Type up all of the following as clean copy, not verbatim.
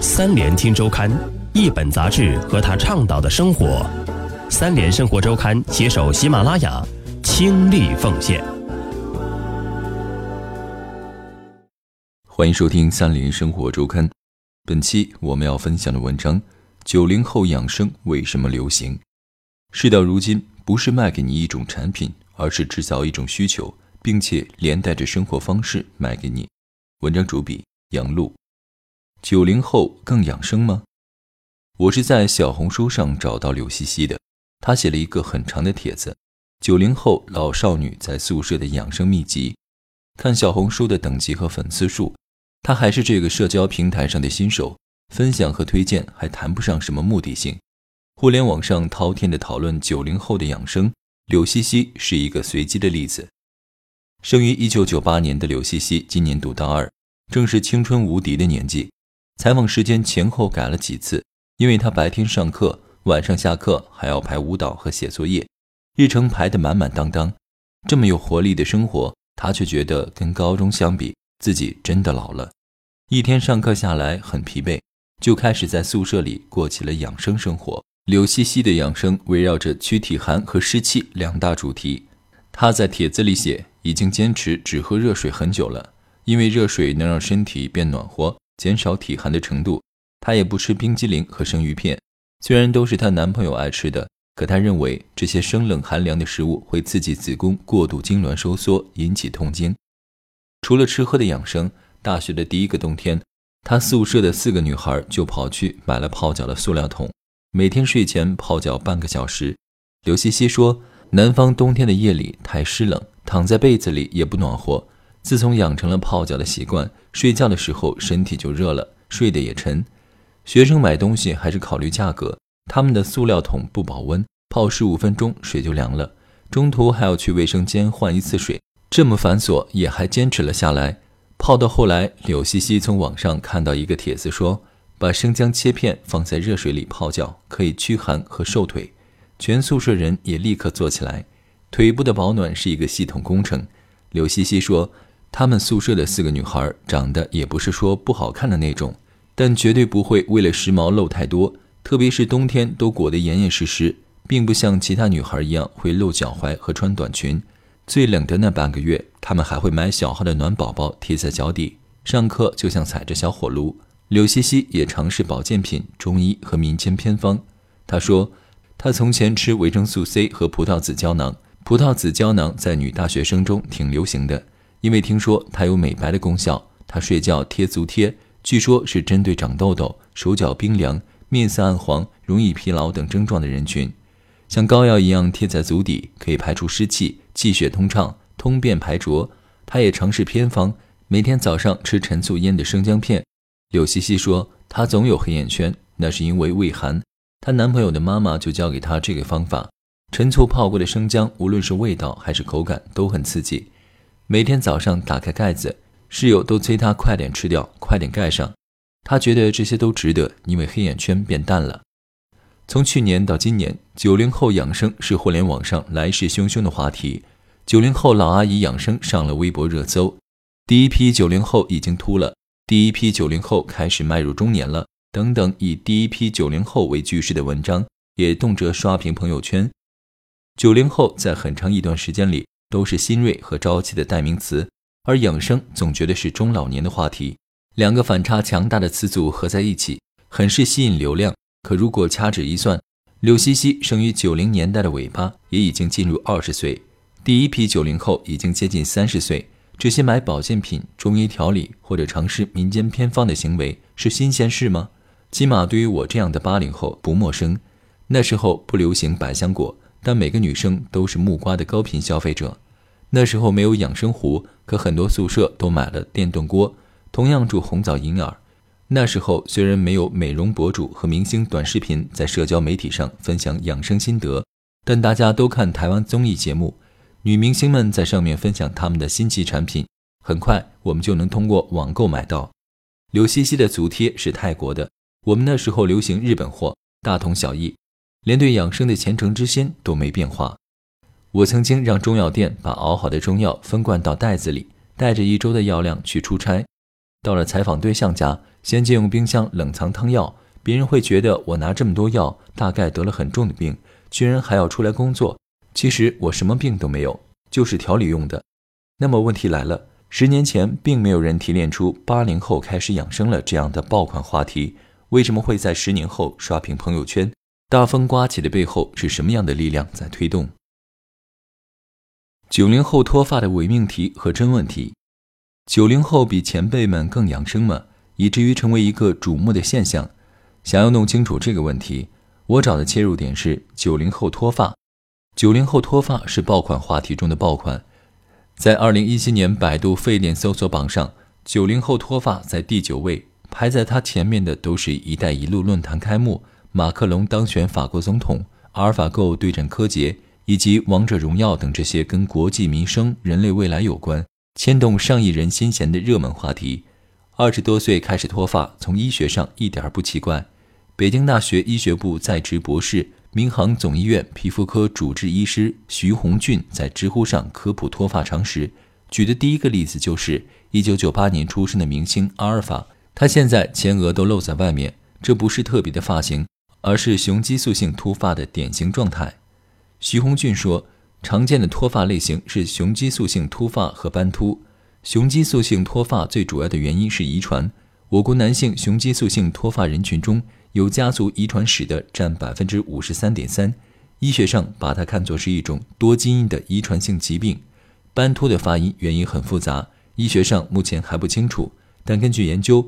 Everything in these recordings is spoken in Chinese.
三联听周刊，一本杂志和他倡导的生活。三联生活周刊携手喜马拉雅倾力奉献。 欢迎收听三联生活周刊。本期我们要分享的文章：90后养生为什么流行？事到如今，不是卖给你一种产品，而是制造一种需求，并且连带着生活方式卖给你。文章主笔杨璐。90后更养生吗？我是在小红书上找到柳西西的，她写了一个很长的帖子，90后老少女在宿舍的养生秘籍。看小红书的等级和粉丝数，她还是这个社交平台上的新手，分享和推荐还谈不上什么目的性。互联网上滔天的讨论90后的养生，柳西西是一个随机的例子。生于1998年的柳西西今年读大二，正是青春无敌的年纪。采访时间前后改了几次，因为她白天上课，晚上下课还要排舞蹈和写作业，日程排得满满当当。这么有活力的生活，她却觉得跟高中相比，自己真的老了。一天上课下来很疲惫，就开始在宿舍里过起了养生生活。柳西西的养生围绕着驱体寒和湿气两大主题。她在帖子里写，已经坚持只喝热水很久了，因为热水能让身体变暖和，减少体寒的程度。她也不吃冰激凌和生鱼片，虽然都是她男朋友爱吃的，可她认为这些生冷寒凉的食物会刺激子宫过度痉挛收缩，引起痛经。除了吃喝的养生，大学的第一个冬天，她宿舍的4个女孩就跑去买了泡脚的塑料桶，每天睡前泡脚半个小时。刘西西说，南方冬天的夜里太湿冷，躺在被子里也不暖和，自从养成了泡脚的习惯，睡觉的时候身体就热了，睡得也沉。学生买东西还是考虑价格，他们的塑料桶不保温，泡15分钟水就凉了，中途还要去卫生间换一次水，这么繁琐也还坚持了下来。泡到后来，柳西西从网上看到一个帖子说，把生姜切片放在热水里泡脚，可以驱寒和瘦腿。全宿舍人也立刻做起来。腿部的保暖是一个系统工程。柳西西说，他们宿舍的4个女孩长得也不是说不好看的那种，但绝对不会为了时髦露太多，特别是冬天都裹得严严实实，并不像其他女孩一样会露脚踝和穿短裙。最冷的那半个月，他们还会买小号的暖宝宝贴在脚底，上课就像踩着小火炉。柳西西也尝试保健品、中医和民间偏方。她说，她从前吃维生素 C 和葡萄籽胶囊，葡萄籽胶囊在女大学生中挺流行的，因为听说它有美白的功效。她睡觉贴足贴，据说是针对长痘痘、手脚冰凉、面色暗黄、容易疲劳等症状的人群。像膏药一样贴在足底，可以排除湿气，气血通畅，通便排浊。她也尝试偏方，每天早上吃陈醋腌的生姜片。柳西西说，她总有黑眼圈，那是因为畏寒。她男朋友的妈妈就教给她这个方法，陈醋泡过的生姜，无论是味道还是口感都很刺激。每天早上打开盖子，室友都催她快点吃掉，快点盖上。她觉得这些都值得，因为黑眼圈变淡了。从去年到今年，90后养生是互联网上来势汹汹的话题。90后老阿姨养生上了微博热搜，第一批90后已经秃了，第一批90后开始迈入中年了，等等以第一批90后为句式的文章也动辄刷屏朋友圈。90后在很长一段时间里都是新锐和朝气的代名词，而养生总觉得是中老年的话题。两个反差强大的词组合在一起，很是吸引流量。可如果掐指一算，柳西西生于90年代的尾巴，也已经进入20岁，第一批90后已经接近30岁。这些买保健品、中医调理或者尝试民间偏方的行为是新鲜事吗？起码对于我这样的80后不陌生。那时候不流行百香果，但每个女生都是木瓜的高频消费者。那时候没有养生壶，可很多宿舍都买了电炖锅，同样煮红枣银耳。那时候虽然没有美容博主和明星短视频在社交媒体上分享养生心得，但大家都看台湾综艺节目，女明星们在上面分享他们的新奇产品，很快我们就能通过网购买到。柳西西的足贴是泰国的，我们那时候流行日本货，大同小异，连对养生的虔诚之心都没变化。我曾经让中药店把熬好的中药分罐到袋子里，带着1周的药量去出差。 到了采访对象家，先借用冰箱冷藏汤药，别人会觉得我拿这么多药，大概得了很重的病，居然还要出来工作。其实我什么病都没有，就是调理用的。那么问题来了，10年前并没有人提炼出80后开始养生了这样的爆款话题，为什么会在10年后刷屏朋友圈？大风刮起的背后是什么样的力量在推动？90后脱发的伪命题和真问题。90后比前辈们更养生吗？以至于成为一个瞩目的现象。想要弄清楚这个问题，我找的切入点是90后脱发。90后脱发是爆款话题中的爆款。在2017年百度沸点搜索榜上，90后脱发在第9位，排在他前面的都是一带一路论坛开幕、马克龙当选法国总统、阿尔法狗对阵柯洁，以及王者荣耀等这些跟国计民生、人类未来有关、牵动上亿人心弦的热门话题。20多岁开始脱发，从医学上一点不奇怪。北京大学医学部在职博士、民航总医院皮肤科主治医师徐红俊在知乎上科普脱发常识，举的第一个例子就是1998年出生的明星阿尔法，他现在前额都露在外面，这不是特别的发型，而是雄激素性脱发的典型状态。徐红俊说，常见的脱发类型是雄激素性秃发和斑秃。雄激素性脱发最主要的原因是遗传，我国男性雄激素性脱发人群中有家族遗传史的占 53.3%， 医学上把它看作是一种多基因的遗传性疾病。斑秃的发因原因很复杂，医学上目前还不清楚，但根据研究，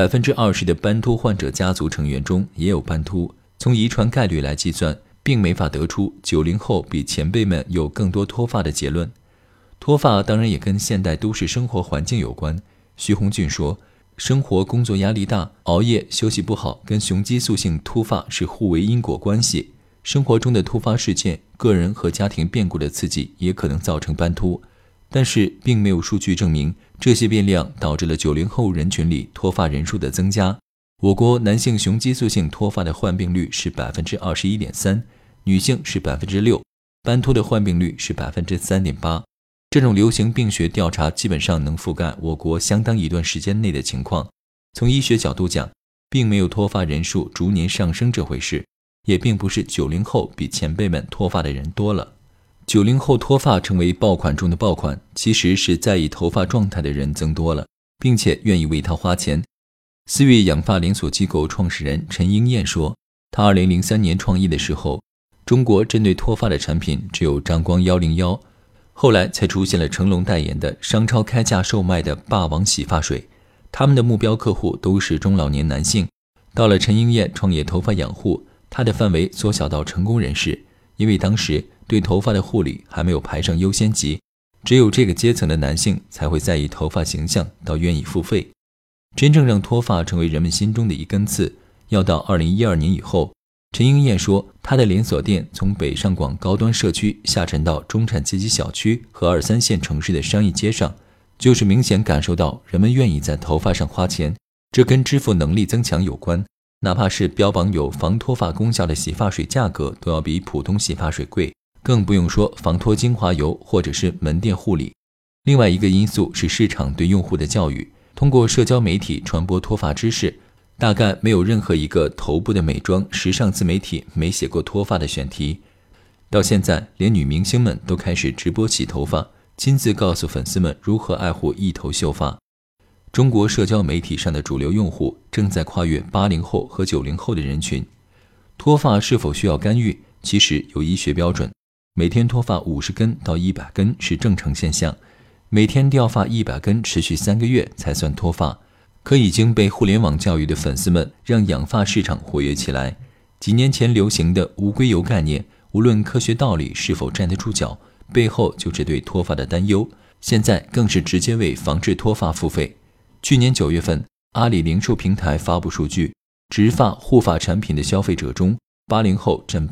20% 的斑秃患者家族成员中也有斑秃，从遗传概率来计算，并没法得出90后比前辈们有更多脱发的结论。脱发当然也跟现代都市生活环境有关。徐红俊说，生活工作压力大，熬夜休息不好，跟雄激素性脱发是互为因果关系。生活中的突发事件、个人和家庭变故的刺激也可能造成斑秃，但是并没有数据证明这些变量导致了90后人群里脱发人数的增加。我国男性雄激素性脱发的患病率是 21.3%， 女性是 6%， 斑秃的患病率是 3.8%。这种流行病学调查基本上能覆盖我国相当一段时间内的情况。从医学角度讲，并没有脱发人数逐年上升这回事，也并不是90后比前辈们脱发的人多了。90后脱发成为爆款中的爆款，其实是在意头发状态的人增多了，并且愿意为它花钱。思域养发连锁机构创始人陈英燕说，他2003年创业的时候，中国针对脱发的产品只有张光101，后来才出现了成龙代言的商超开价售卖的霸王洗发水，他们的目标客户都是中老年男性。到了陈英燕创业头发养护，他的范围缩小到成功人士，因为当时对头发的护理还没有排上优先级，只有这个阶层的男性才会在意头发形象到愿意付费。真正让脱发成为人们心中的一根刺，要到2012年以后。陈英燕说，他的连锁店从北上广高端社区下沉到中产阶级小区和2、3线城市的商业街上，就是明显感受到人们愿意在头发上花钱，这跟支付能力增强有关。哪怕是标榜有防脱发功效的洗发水，价格都要比普通洗发水贵，更不用说防脱精华油或者是门店护理。另外一个因素是市场对用户的教育，通过社交媒体传播脱发知识，大概没有任何一个头部的美妆时尚自媒体没写过脱发的选题。到现在，连女明星们都开始直播洗头发，亲自告诉粉丝们如何爱护一头秀发。中国社交媒体上的主流用户正在跨越80后和90后的人群。脱发是否需要干预？其实有医学标准，每天脱发50根到100根是正常现象，每天掉发100根持续3个月才算脱发。可已经被互联网教育的粉丝们让养发市场活跃起来。几年前流行的无硅油概念，无论科学道理是否站得住脚，背后就是对脱发的担忧，现在更是直接为防治脱发付费。去年9月份，阿里零售平台发布数据，植发护发产品的消费者中，80后占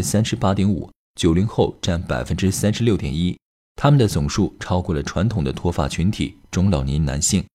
38.5%， 90后占 36.1%， 他们的总数超过了传统的脱发群体中老年男性。